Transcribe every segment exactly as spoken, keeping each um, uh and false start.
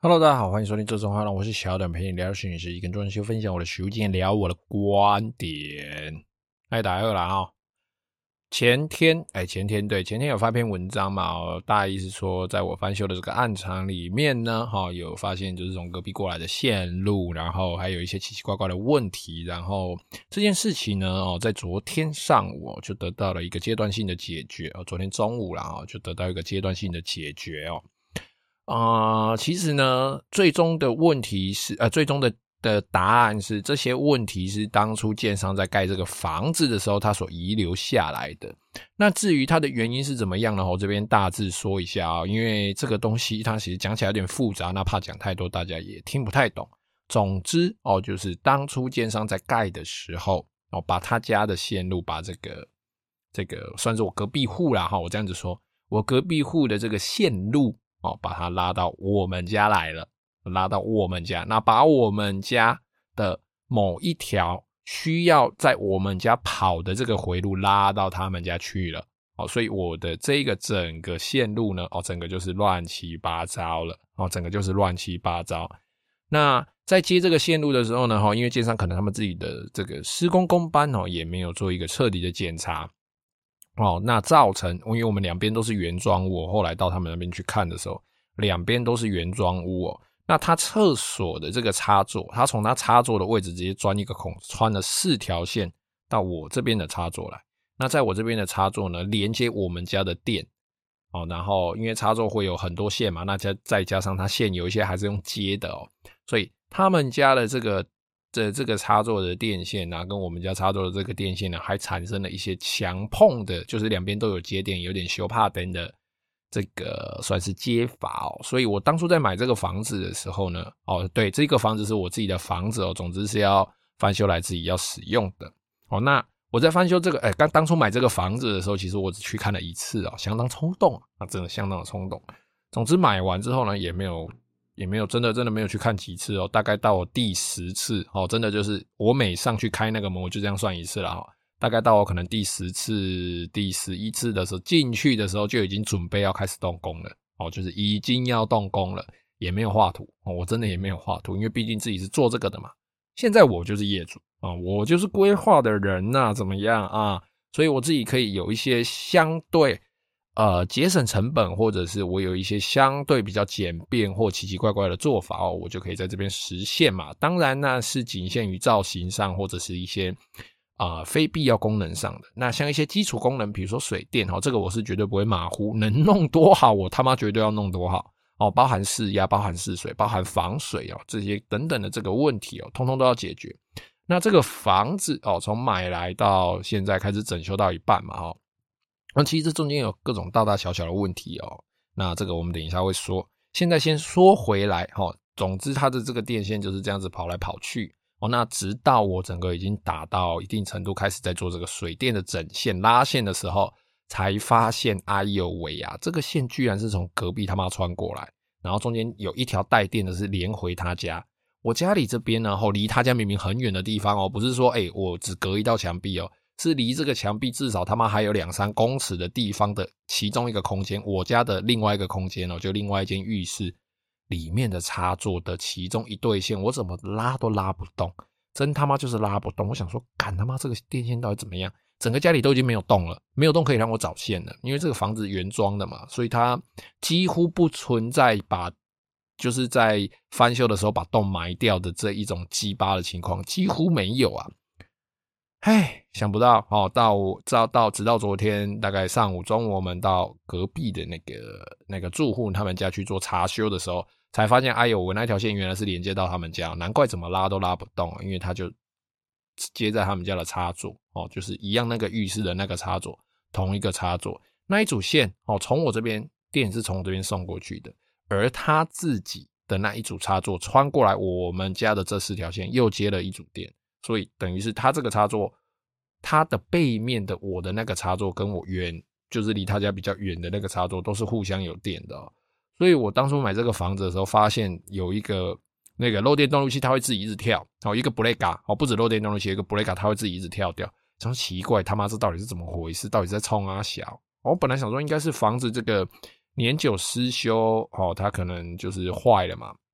Hello， 大家好，欢迎收听这周话，让我是小短陪你聊心理学，跟专修分享我的实务经验，聊我的观点。嗨，大家好啦哦。前天，哎，前天对，前天有发篇文章嘛，哦，大意是说，在我翻修的这个暗场里面呢，哈、哦，有发现就是从隔壁过来的线路，然后还有一些奇奇怪怪的问题，然后这件事情呢，哦，在昨天上午、哦、就得到了一个阶段性的解决，哦，昨天中午啦，哦，就得到一个阶段性的解决哦。啊、呃，其实呢，最终的问题是，呃，最终的的答案是，这些问题是当初建商在盖这个房子的时候，他所遗留下来的。那至于它的原因是怎么样呢？我这边大致说一下啊、哦，因为这个东西它其实讲起来有点复杂，那怕讲太多大家也听不太懂。总之哦，就是当初建商在盖的时候，哦，把他家的线路，把这个这个算是我隔壁户啦哈，我这样子说，我隔壁户的这个线路。哦，把它拉到我们家来了，拉到我们家，那把我们家的某一条需要在我们家跑的这个回路拉到他们家去了。哦，所以我的这个整个线路呢，哦，整个就是乱七八糟了。哦，整个就是乱七八糟。那在接这个线路的时候呢，因为建商可能他们自己的这个施工工班哦，也没有做一个彻底的检查。哦，那造成，因为我们两边都是原装屋、哦，后来到他们那边去看的时候，两边都是原装屋哦。那他厕所的这个插座，他从他插座的位置直接钻一个孔，穿了四条线到我这边的插座来。那在我这边的插座呢，连接我们家的电。哦，然后因为插座会有很多线嘛，那再再加上它线有一些还是用接的哦，所以他们家的这个。这这个插座的电线啊，跟我们家插座的这个电线呢，还产生了一些强碰的，就是两边都有接电，有点修怕灯的这个算是接法哦。所以我当初在买这个房子的时候呢，哦，对，这个房子是我自己的房子哦，总之是要翻修来自己要使用的。哦，那我在翻修这个，哎，刚当初买这个房子的时候，其实我只去看了一次哦，相当冲动啊，真的相当的冲动。总之买完之后呢，也没有。也没有真的真的没有去看几次哦，大概到我第十次哦，真的就是我每上去开那个门，我就这样算一次了哦。大概到我可能第十次、第十一次的时候进去的时候，就已经准备要开始动工了哦，就是已经要动工了，也没有画图哦，我真的也没有画图，因为毕竟自己是做这个的嘛。现在我就是业主啊、哦，我就是规划的人呐、啊，怎么样啊？所以我自己可以有一些相对。呃，节省成本，或者是我有一些相对比较简便或奇奇怪怪的做法哦，我就可以在这边实现嘛。当然那是仅限于造型上，或者是一些啊、呃、非必要功能上的。那像一些基础功能，比如说水电哦，这个我是绝对不会马虎，能弄多好，我他妈绝对要弄多好哦，包含释压，包含释水，包含防水哦，这些等等的这个问题哦，通通都要解决。那这个房子哦，从买来到现在开始整修到一半嘛，哦。那其实这中间有各种大大小小的问题哦，那这个我们等一下会说。现在先说回来哦，总之它的这个电线就是这样子跑来跑去哦。那直到我整个已经打到一定程度，开始在做这个水电的整线拉线的时候，才发现哎呦喂啊，这个线居然是从隔壁他妈穿过来，然后中间有一条带电的是连回他家。我家里这边呢，哦，离他家明明很远的地方哦，不是说哎、欸、我只隔一道墙壁哦。是离这个墙壁至少他妈还有两三公尺的地方的其中一个空间，我家的另外一个空间哦，就另外一间浴室里面的插座的其中一对线，我怎么拉都拉不动，真他妈就是拉不动。我想说，干他妈这个电线到底怎么样？整个家里都已经没有洞了，没有洞可以让我找线了，因为这个房子原装的嘛，所以它几乎不存在把就是在翻修的时候把洞埋掉的这一种鸡巴的情况，几乎没有啊。唉，想不到哦，到到到直到昨天大概上午中午，我们到隔壁的那个那个住户他们家去做查修的时候，才发现，哎呦，我那条线原来是连接到他们家，难怪怎么拉都拉不动，因为它就接在他们家的插座哦，就是一样那个浴室的那个插座，同一个插座那一组线哦，从我这边电是从我这边送过去的，而他自己的那一组插座穿过来我们家的这四条线，又接了一组电。所以等于是他这个插座，它的背面的我的那个插座跟我远，就是离他家比较远的那个插座都是互相有电的哦。所以我当初买这个房子的时候，发现有一个那个漏电动路器，它会自己一直跳，哦，一个 breaker， 哦，不止漏电动路器，一个 breaker 它会自己一直跳掉。想奇怪，他妈这到底是怎么回事？到底在冲啊小？我本来想说应该是房子这个年久失修，哦，它可能就是坏了嘛。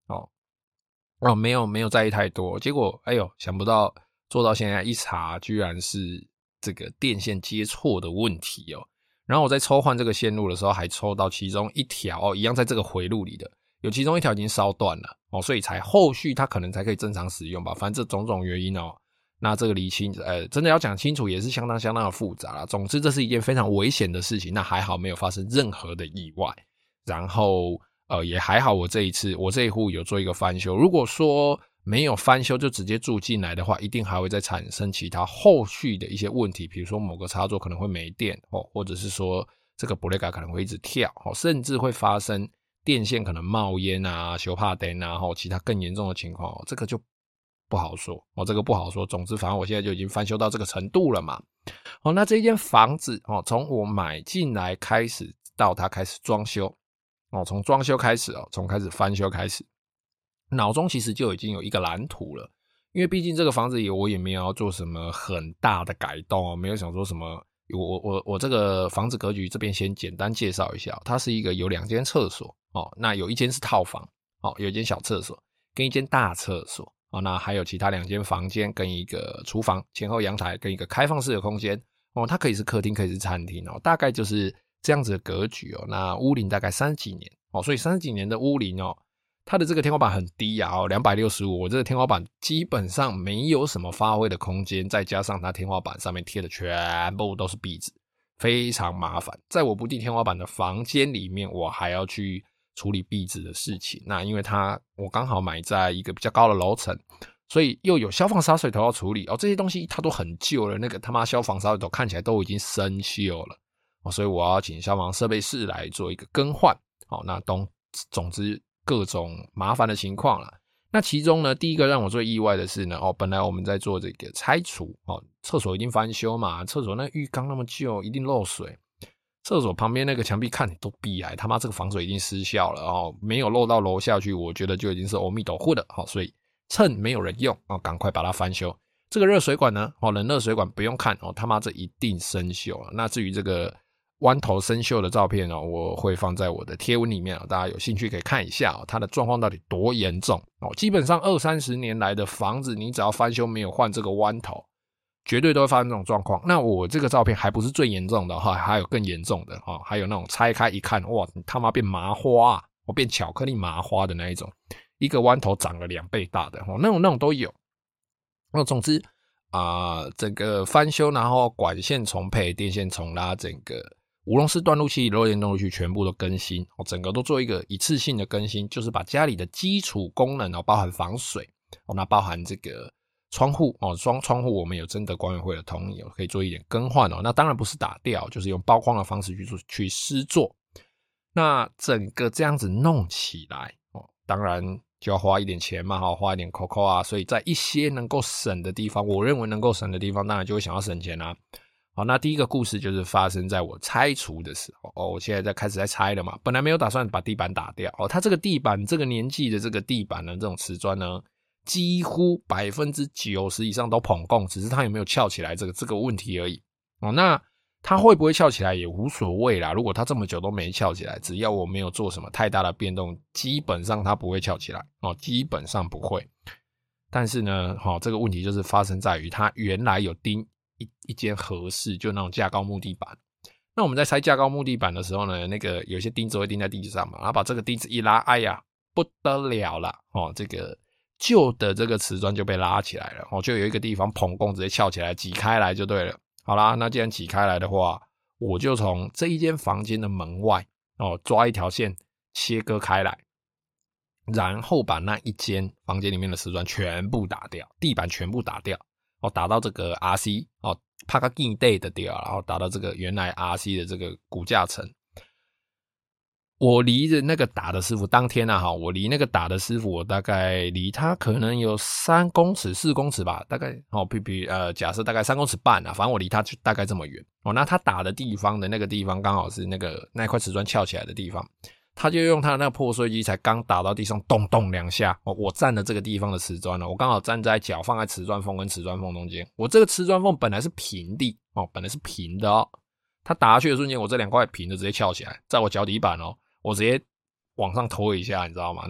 哦哦，没有没有在意太多，结果哎呦，想不到做到现在一查，居然是这个电线接错的问题哦。然后我在抽换这个线路的时候，还抽到其中一条哦，一样在这个回路里的，有其中一条已经烧断了哦，所以才后续它可能才可以正常使用吧。反正这种种原因哦，那这个厘清呃，真的要讲清楚也是相当相当的复杂啦。总之这是一件非常危险的事情，那还好没有发生任何的意外，然后呃也还好我这一次我这一户有做一个翻修，如果说没有翻修就直接住进来的话，一定还会再产生其他后续的一些问题，比如说某个插座可能会没电哦，或者是说这个布雷卡可能会一直跳哦，甚至会发生电线可能冒烟啊、修怕灯啊，或其他更严重的情况哦，这个就不好说哦，这个不好说。总之，反正我现在就已经翻修到这个程度了嘛。哦，那这间房子哦，从我买进来开始到它开始装修哦，从装修开始哦，从开始翻修开始。脑中其实就已经有一个蓝图了，因为毕竟这个房子也我也没有要做什么很大的改动哦，没有想说什么，我我我这个房子格局这边先简单介绍一下，它是一个有两间厕所哦，那有一间是套房哦，有一间小厕所跟一间大厕所哦，那还有其他两间房间跟一个厨房、前后阳台跟一个开放式的空间哦，它可以是客厅，可以是餐厅哦，大概就是这样子的格局哦。那屋龄大概三十几年哦，所以三十几年的屋龄哦。它的这个天花板很低啊，哦 ，两百六十五，我这个天花板基本上没有什么发挥的空间，再加上它天花板上面贴的全部都是壁纸，非常麻烦。在我不钉天花板的房间里面，我还要去处理壁纸的事情。那因为它我刚好买在一个比较高的楼层，所以又有消防洒水头要处理哦，这些东西它都很旧了，那个他妈消防洒水头看起来都已经生锈了哦，所以我要请消防设备室来做一个更换。好，那总总之。各种麻烦的情况啦。那其中呢，第一个让我最意外的是呢，哦，本来我们在做这个拆除哦，厕所一定翻修嘛，厕所那浴缸那么旧，一定漏水。厕所旁边那个墙壁看你都闭癌，他妈这个防水已经失效了哦，没有漏到楼下去，我觉得就已经是阿弥陀佛的，好、哦，所以趁没有人用哦，赶快把它翻修。这个热水管呢，哦，冷热水管不用看哦，他妈这一定生锈了。那至于这个。弯头生锈的照片哦，我会放在我的贴文里面，大家有兴趣可以看一下哦，它的状况到底多严重哦。基本上二三十年来的房子，你只要翻修没有换这个弯头，绝对都会发生这种状况。那我这个照片还不是最严重的哈，还有更严重的哈，还有那种拆开一看，哇，你他妈变麻花啊，我变巧克力麻花的那一种，一个弯头长了两倍大的哦，那种那种都有。那总之啊、呃，整个翻修，然后管线重配、电线重拉，整个。无熔丝断路器、漏电断路器全部都更新，哦，整个都做一个一次性的更新，就是把家里的基础功能哦，包含防水哦，那包含这个窗户哦，双窗户我们有征得管委会的同意哦，可以做一点更换哦。那当然不是打掉，就是用包框的方式去做去施作。那整个这样子弄起来哦，当然就要花一点钱嘛，哈，花一点 C O C O 啊，所以在一些能够省的地方，我认为能够省的地方，当然就会想要省钱啦、啊。好，那第一个故事就是发生在我拆除的时候哦，我现在在开始在拆了嘛，本来没有打算把地板打掉哦，它这个地板这个年纪的这个地板呢，这种瓷砖呢，几乎 百分之九十 以上都膨共，只是它有没有翘起来这个这个问题而已哦。那它会不会翘起来也无所谓啦，如果它这么久都没翘起来，只要我没有做什么太大的变动，基本上它不会翘起来哦，基本上不会。但是呢，哦，这个问题就是发生在于它原来有钉一一间合适，就那种架高木地板。那我们在拆架高木地板的时候呢，那个有些钉子会钉在地上嘛，然后把这个钉子一拉，哎呀，不得了了哦，这个旧的这个瓷砖就被拉起来了哦，就有一个地方膨共直接翘起来挤开来就对了。好啦，那既然挤开来的话，我就从这一间房间的门外哦抓一条线切割开来，然后把那一间房间里面的瓷砖全部打掉，地板全部打掉。哦，打到这个 R C 哦，帕卡金 day 的掉，然后打到这个原来 R C 的这个骨架层。我离着那个打的师傅当天啊，哈，我离那个打的师傅，我大概离他可能有三公尺、四公尺吧，大概哦，比比呃，假设大概三公尺半啊，反正我离他就大概这么远。哦，那他打的地方的那个地方刚好是那个那块瓷砖翘起来的地方。他就用他的那个破碎机才刚打到地上咚咚两下、哦、我站的这个地方的瓷砖呢，我刚好站在脚放在瓷砖缝跟瓷砖缝中间，我这个瓷砖缝本来是平地哦，本来是平的哦，他打下去的瞬间，我这两块平的直接翘起来，在我脚底板哦，我直接往上拖一下，你知道吗？那个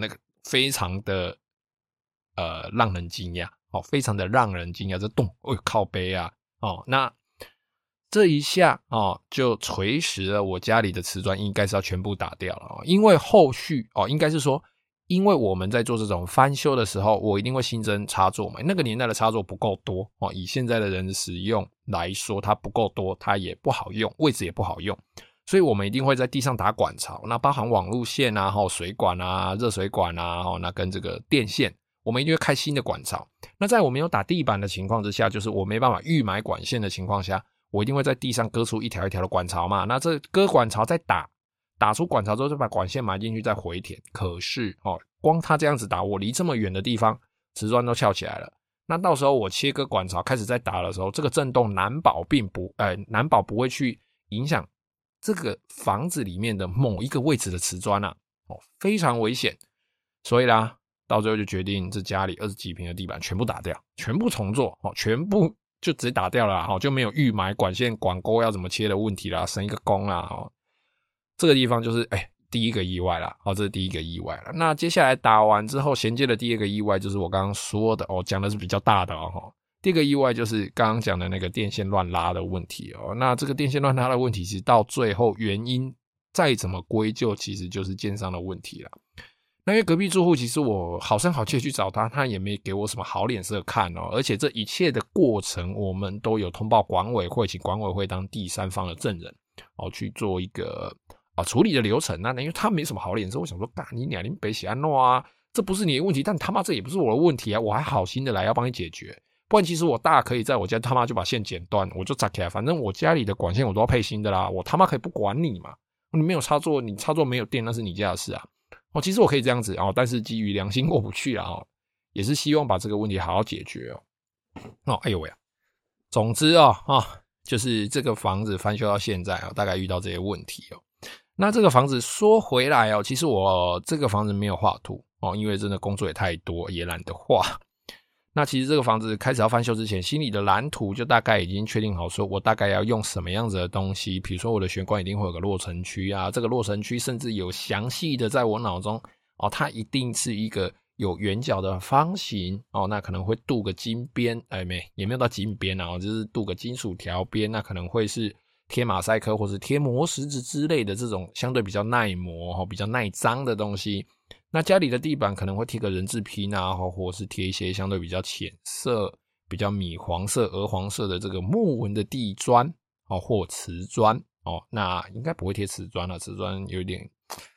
非常的呃让人惊讶哦，非常的让人惊讶，这洞哦靠背啊哦，那这一下哦就锤实了我家里的瓷砖应该是要全部打掉了哦，因为后续哦应该是说，因为我们在做这种翻修的时候，我一定会新增插座嘛，那个年代的插座不够多哦，以现在的人使用来说，它不够多，它也不好用，位置也不好用。所以我们一定会在地上打管槽，那包含网路线啊、水管啊、热水管啊，那跟这个电线，我们一定会开新的管槽。那在我没有打地板的情况之下，就是我没办法预埋管线的情况下，我一定会在地上割出一条一条的管槽嘛。那这割管槽再打，打出管槽之后，就把管线埋进去再回填。可是哦，光它这样子打，我离这么远的地方，瓷砖都翘起来了。那到时候我切割管槽开始再打的时候，这个震动难保并不，呃，难保不会去影响这个房子里面的某一个位置的瓷砖啊，哦，非常危险。所以啦，到最后就决定这家里二十几平的地板全部打掉，全部重做，哦，全部就直接打掉了啦，哦，就没有预埋管线管沟要怎么切的问题啦，省一个工啦，哦，这个地方就是哎第一个意外啦，哦，这是第一个意外啦。那接下来打完之后衔接的第二个意外就是我刚刚说的哦，讲的是比较大的哦。第二个意外就是刚刚讲的那个电线乱拉的问题哦。那这个电线乱拉的问题，其实到最后原因再怎么归咎，其实就是建商的问题啦。那因为隔壁住户其实我好声好气去找他，他也没给我什么好脸色看哦。而且这一切的过程，我们都有通报管委会，请管委会当第三方的证人哦，去做一个啊处理的流程。那因为他没什么好脸色，我想说，干你娘，你北西安诺啊，这不是你的问题，但他妈这也不是我的问题啊，我还好心的来要帮你解决。不然其实我大可以在我家他妈就把线剪断，我就砸起来，反正我家里的管线我都要配新的啦，我他妈可以不管你嘛，你没有插座，你插座没有电那是你家的事啊。哦，其实我可以这样子哦，但是基于良心过不去啦哦，也是希望把这个问题好好解决哦。哦，哎呦喂啊，总之哦啊、哦，就是这个房子翻修到现在哦，大概遇到这些问题哦。那这个房子说回来哦，其实我这个房子没有画图哦，因为真的工作也太多，也懒得画。那其实这个房子开始要翻修之前，心里的蓝图就大概已经确定好，说我大概要用什么样子的东西。比如说我的玄关一定会有个落尘区啊，这个落尘区甚至有详细的在我脑中哦，它一定是一个有圆角的方形哦，那可能会镀个金边，哎没也没有到金边啊，就是镀个金属条边，那可能会是贴马赛克或是贴磨石子之类的这种相对比较耐磨、比较耐脏的东西。那家里的地板可能会贴个人字拼啊，或是贴一些相对比较浅色、比较米黄色、鹅黄色的这个木纹的地砖哦，或瓷砖哦。那应该不会贴瓷砖了，瓷砖有点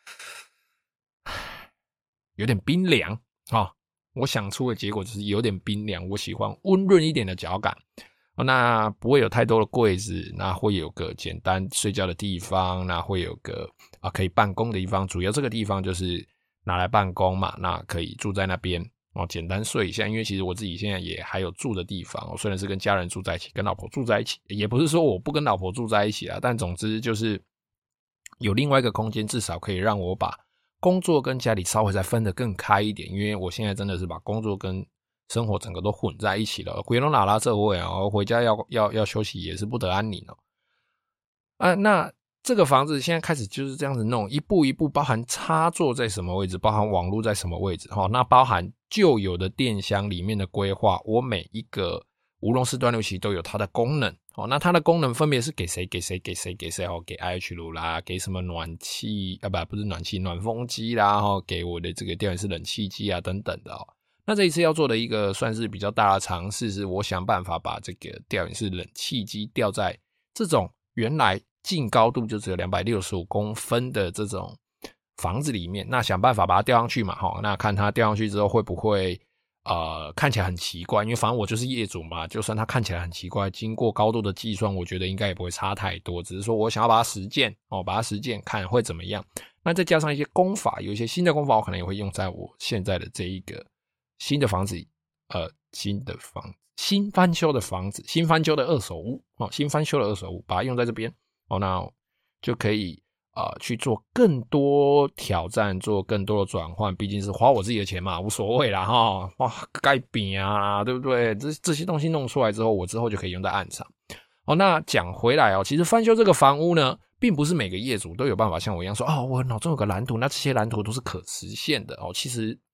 有点冰凉啊、哦。我想出的结果就是有点冰凉，我喜欢温润一点的脚感。哦、那不会有太多的柜子，那会有个简单睡觉的地方，那会有个啊可以办公的地方。主要这个地方就是拿来办公嘛，那可以住在那边哦，简单睡一下。因为其实我自己现在也还有住的地方哦，虽然是跟家人住在一起，跟老婆住在一起，也不是说我不跟老婆住在一起啊，但总之就是有另外一个空间，至少可以让我把工作跟家里稍微再分得更开一点。因为我现在真的是把工作跟生活整个都混在一起了，鬼龙哪拉这位啊，回家要要要休息也是不得安宁哦。啊，那这个房子现在开始就是这样子弄，一步一步，包含插座在什么位置，包含网络在什么位置，齁，那包含旧有的电箱里面的规划，我每一个无熔丝断流器都有它的功能，齁，那它的功能分别是给谁给谁给谁给谁齁，给 I H 炉啦，给什么暖气啊，不不是暖气，暖风机啦，齁，给我的这个吊顶式冷气机啊等等的哦。那这一次要做的一个算是比较大的尝试，是我想办法把这个吊顶式冷气机吊在这种原来净高度就只有两百六十五公分的这种房子里面，那想办法把它吊上去嘛，那看它吊上去之后会不会呃看起来很奇怪，因为反正我就是业主嘛，就算它看起来很奇怪，经过高度的计算，我觉得应该也不会差太多，只是说我想要把它实践哦，把它实践看会怎么样。那再加上一些工法，有一些新的工法，我可能也会用在我现在的这一个新的房子，呃，新的房子，新翻修的房子，新翻修的二手屋哦，新翻修的二手屋，把它用在这边哦，那就可以呃去做更多挑战，做更多的转换，毕竟是花我自己的钱嘛，无所谓啦哈，哇，盖饼啊，对不对？这这些东西弄出来之后，我之后就可以用在案场。哦，那讲回来哦，其实翻修这个房屋呢，并不是每个业主都有办法像我一样说，哦，我脑中有个蓝图，那这些蓝图都是可实现的哦。其实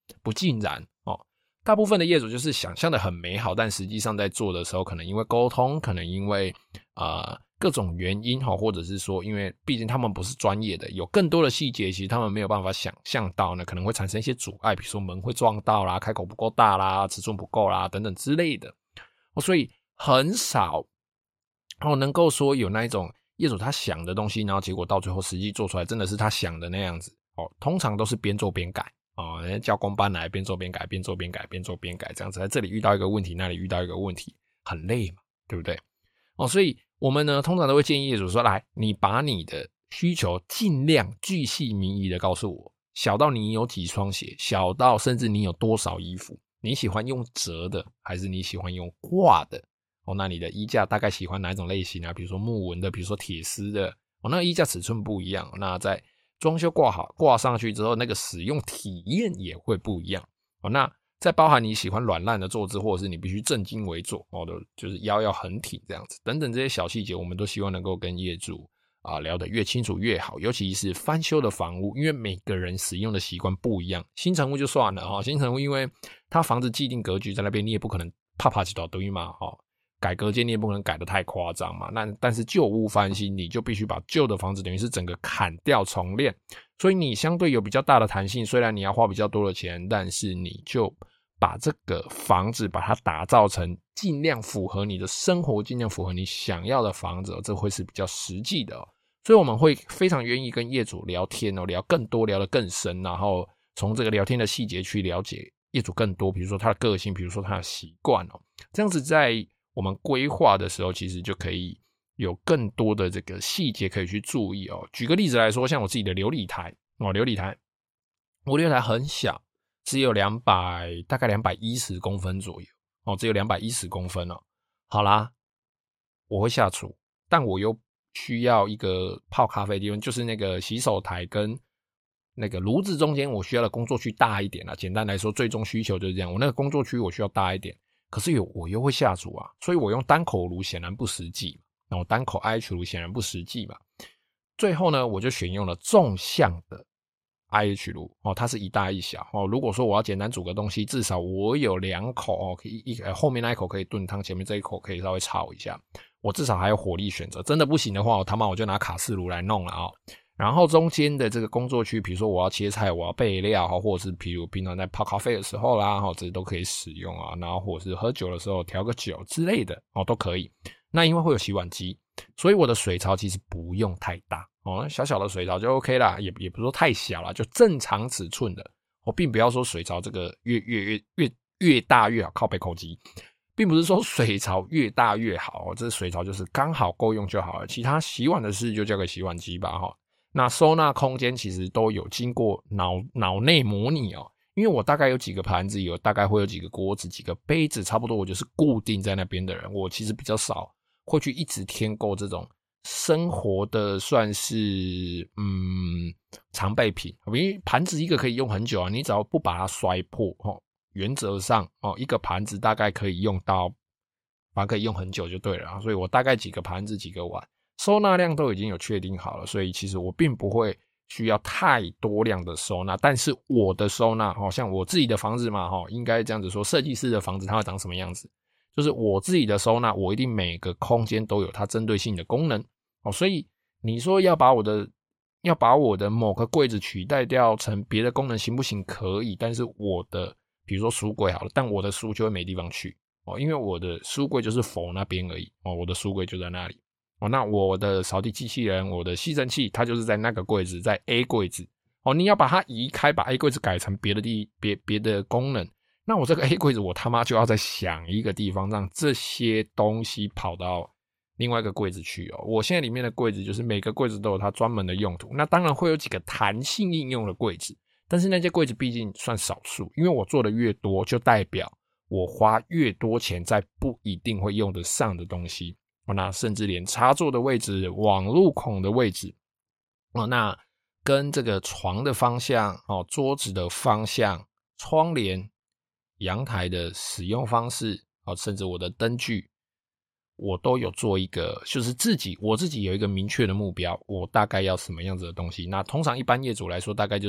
不尽然哦。大部分的业主就是想象的很美好，但实际上在做的时候，可能因为沟通，可能因为呃各种原因齁，或者是说因为毕竟他们不是专业的，有更多的细节其实他们没有办法想象到呢，可能会产生一些阻碍，比如说门会撞到啦，开口不够大啦，尺寸不够啦等等之类的。哦，所以很少哦能够说有那一种业主他想的东西，然后结果到最后实际做出来真的是他想的那样子。哦，通常都是边做边改。哦，人家教工班来边做边改，边做边改，边做边改，这样子，在这里遇到一个问题，那里遇到一个问题，很累嘛，对不对？哦，所以我们呢，通常都会建议业主说，来，你把你的需求尽量巨细靡遗的告诉我，小到你有几双鞋，小到甚至你有多少衣服，你喜欢用折的，还是你喜欢用挂的？哦，那你的衣架大概喜欢哪一种类型啊？比如说木纹的，比如说铁丝的，哦，那个衣架尺寸不一样，那在装修挂好挂上去之后，那个使用体验也会不一样。哦，那再包含你喜欢软烂的坐姿，或者是你必须正襟危坐，哦，就是腰要很挺这样子，等等这些小细节，我们都希望能够跟业主啊、呃、聊得越清楚越好。尤其是翻修的房屋，因为每个人使用的习惯不一样，新成屋就算了哈、哦，新成屋因为它房子既定格局在那边，你也不可能啪啪几道堆嘛，哈、哦。改隔间你也不可能改得太夸张嘛，那但是旧屋翻新你就必须把旧的房子等于是整个砍掉重练，所以你相对有比较大的弹性，虽然你要花比较多的钱，但是你就把这个房子把它打造成尽量符合你的生活，尽量符合你想要的房子、哦、这会是比较实际的、哦、所以我们会非常愿意跟业主聊天哦，聊更多，聊得更深，然后从这个聊天的细节去了解业主更多，比如说他的个性，比如说他的习惯哦，这样子在我们规划的时候，其实就可以有更多的这个细节可以去注意哦。举个例子来说，像我自己的流理台哦，流理台，我流理台很小，只有两百，大概两百一十公分左右哦，只有两百一十公分哦。好啦，我会下厨，但我又需要一个泡咖啡的地方，就是那个洗手台跟那个炉子中间，我需要的工作区大一点啦。简单来说，最终需求就是这样，我那个工作区我需要大一点。可是有我又会下厨啊，所以我用单口炉显然不实际嘛，然后单口 I H 炉显然不实际嘛。最后呢，我就选用了纵向的 I H 炉哦，它是一大一小哦。如果说我要简单煮个东西，至少我有两口哦，可以一、呃、后面那一口可以炖汤，前面这一口可以稍微炒一下，我至少还有火力选择。真的不行的话，我他妈我就拿卡式炉来弄了啊、哦。然后中间的这个工作区，比如说我要切菜，我要备料，或者是比如平常在泡咖啡的时候啦，这些都可以使用啊。然后或者是喝酒的时候调个酒之类的哦，都可以。那因为会有洗碗机，所以我的水槽其实不用太大哦，小小的水槽就 OK 啦，也也不是说太小啦，就正常尺寸的。我、哦、并不要说水槽这个越越越越越大越好，靠背口机。并不是说水槽越大越好、哦，这水槽就是刚好够用就好了，其他洗碗的事就交给洗碗机吧哈、哦。那收纳空间其实都有经过脑脑内模拟哦，因为我大概有几个盘子，有大概会有几个锅子、几个杯子，差不多我就是固定在那边的人。我其实比较少会去一直添购这种生活的算是嗯常备品，因为盘子一个可以用很久啊，你只要不把它摔破哦，原则上哦一个盘子大概可以用到，反正可以用很久就对了啊。所以我大概几个盘子、几个碗。收纳量都已经有确定好了，所以其实我并不会需要太多量的收纳，但是我的收纳齁，像我自己的房子嘛齁，应该这样子说，设计师的房子它会长什么样子，就是我自己的收纳，我一定每个空间都有它针对性的功能哦。所以你说要把我的要把我的某个柜子取代掉成别的功能行不行？可以，但是我的比如说书柜好了，但我的书就会没地方去哦，因为我的书柜就是否那边而已哦，我的书柜就在那里。哦，那我的扫地机器人，我的吸尘器，它就是在那个柜子，在 A 柜子。哦，你要把它移开，把 A 柜子改成别的地别别的功能，那我这个 A 柜子我他妈就要再想一个地方，让这些东西跑到另外一个柜子去哦。我现在里面的柜子就是每个柜子都有它专门的用途，那当然会有几个弹性应用的柜子，但是那些柜子毕竟算少数，因为我做的越多，就代表我花越多钱在不一定会用得上的东西。那甚至连插座的位置、网路孔的位置，哦，那跟这个床的方向、哦桌子的方向、窗帘、阳台的使用方式，哦，甚至我的灯具，我都有做一个，就是自己我自己有一个明确的目标，我大概要什么样子的东西。那通常一般业主来说，大概就是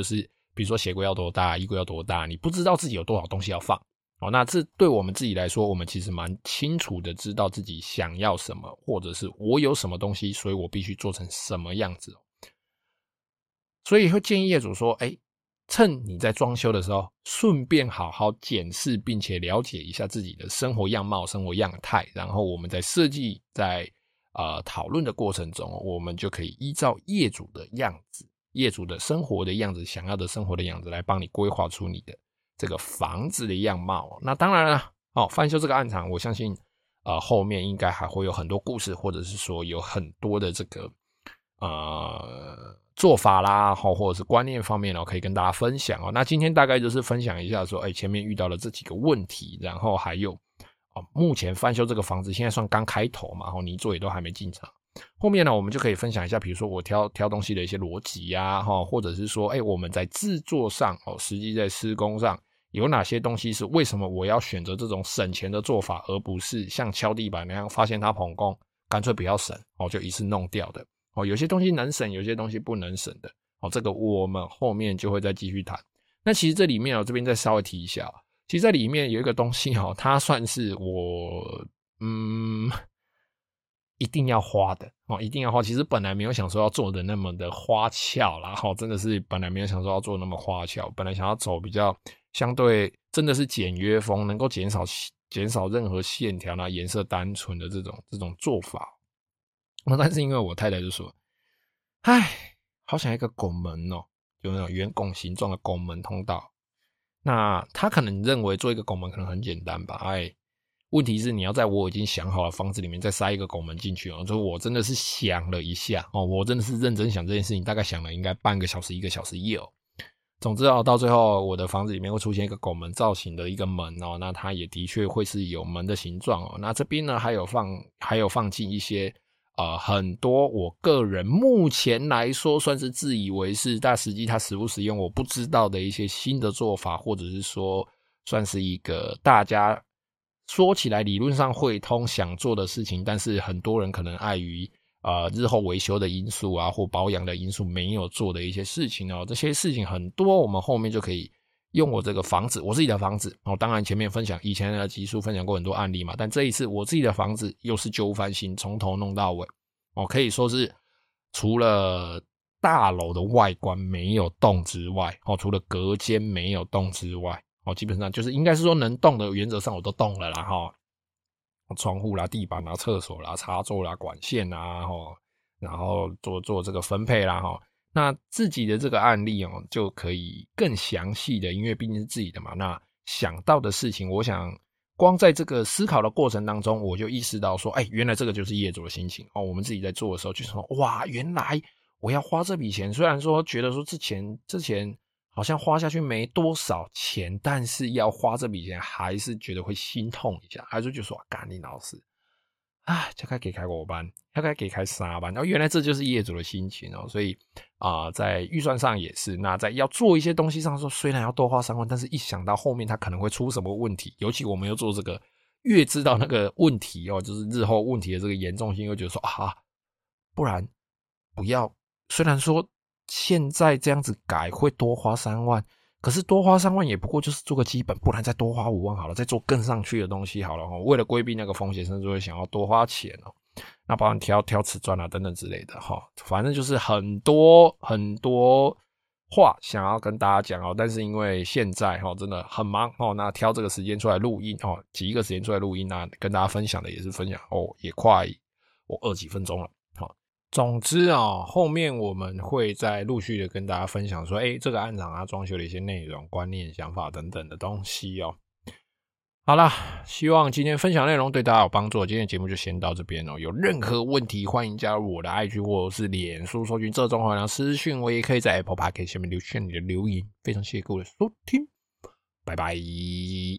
比如说鞋柜要多大，衣柜要多大，你不知道自己有多少东西要放。哦，那这对我们自己来说，我们其实蛮清楚的知道自己想要什么，或者是我有什么东西，所以我必须做成什么样子。所以会建议业主说，诶，趁你在装修的时候，顺便好好检视并且了解一下自己的生活样貌、生活样态，然后我们在设计、在呃讨论的过程中，我们就可以依照业主的样子、业主的生活的样子、想要的生活的样子来帮你规划出你的这个房子的样貌。那当然了，哦，翻修这个案场，我相信呃后面应该还会有很多故事，或者是说有很多的这个呃做法啦，或者是观念方面可以跟大家分享哦。那今天大概就是分享一下说，哎，前面遇到了这几个问题，然后还有哦，目前翻修这个房子现在算刚开头嘛，泥作也都还没进场。后面呢，我们就可以分享一下，比如说我挑挑东西的一些逻辑啊，或者是说，哎，我们在制作上哦，实际在施工上有哪些东西是为什么我要选择这种省钱的做法，而不是像敲地板那样发现它棚工，干脆不要省哦，就一次弄掉的。哦，有些东西能省，有些东西不能省的。哦，这个我们后面就会再继续谈。那其实这里面哦，这边再稍微提一下，其实在里面有一个东西哦，它算是我嗯一定要花的哦，一定要花。其实本来没有想说要做的那么的花俏啦，哈、哦，真的是本来没有想说要做那么花俏，本来想要走比较相对真的是简约风，能够减少减少任何线条啦，颜色单纯的这种这种做法。但是因为我太太就说，唉，好想要一个拱门哦，有那种圆拱形状的拱门通道。那她可能认为做一个拱门可能很简单吧，哎，问题是你要在我已经想好了房子里面再塞一个拱门进去哦，就我真的是想了一下哦，我真的是认真想这件事情，大概想了应该半个小时一个小时也有。总之哦，到最后我的房子里面会出现一个拱门造型的一个门哦，那它也的确会是有门的形状哦。那这边呢还有放还有放进一些呃很多我个人目前来说算是自以为是，但实际它实不实用我不知道的一些新的做法，或者是说算是一个大家说起来理论上会通想做的事情，但是很多人可能碍于呃，日后维修的因素啊，或保养的因素没有做的一些事情哦，这些事情很多，我们后面就可以用我这个房子，我自己的房子哦。当然前面分享以前的集数分享过很多案例嘛，但这一次我自己的房子又是旧翻新，从头弄到尾哦，可以说是除了大楼的外观没有动之外哦，除了隔间没有动之外哦，基本上就是应该是说能动的原则上我都动了啦哈。哦窗户啦、地板啦、厕所啦、插座啦、管线啦，齁，然后做做这个分配啦，齁。那自己的这个案例哦，就可以更详细的，因为毕竟是自己的嘛。那想到的事情，我想光在这个思考的过程当中，我就意识到说，哎，原来这个就是业主的心情哦。我们自己在做的时候，就说，哇，原来我要花这笔钱，虽然说觉得说之前之前。好像花下去没多少钱，但是要花这笔钱还是觉得会心痛一下，还是就说干你老师，唉，这该给开五班，这该给开三班，然后原来这就是业主的心情哦，所以啊、呃，在预算上也是，那在要做一些东西上说，虽然要多花三万，但是一想到后面它可能会出什么问题，尤其我们又做这个，越知道那个问题哦，就是日后问题的这个严重性，又觉得说啊，不然不要，虽然说。现在这样子改会多花三万，可是多花三万也不过就是做个基本，不然再多花五万好了，再做更上去的东西好了齁。为了规避那个风险，甚至会想要多花钱哦。那包含挑挑瓷砖啊等等之类的齁，反正就是很多很多话想要跟大家讲哦。但是因为现在齁真的很忙齁，那挑这个时间出来录音齁，挤一个时间出来录音，那跟大家分享的也是分享哦，也快我二几分钟了。总之啊，后面我们会再陆续的跟大家分享说，诶，这个案场啊装修的一些内容、观念、想法等等的东西哦。好啦，希望今天分享内容对大家有帮助。今天的节目就先到这边哦。有任何问题，欢迎加入我的 I G 或者是脸书搜寻这种好良私讯，我也可以在 Apple Podcast 下面留下你的留言。非常谢谢各位的收听，拜拜。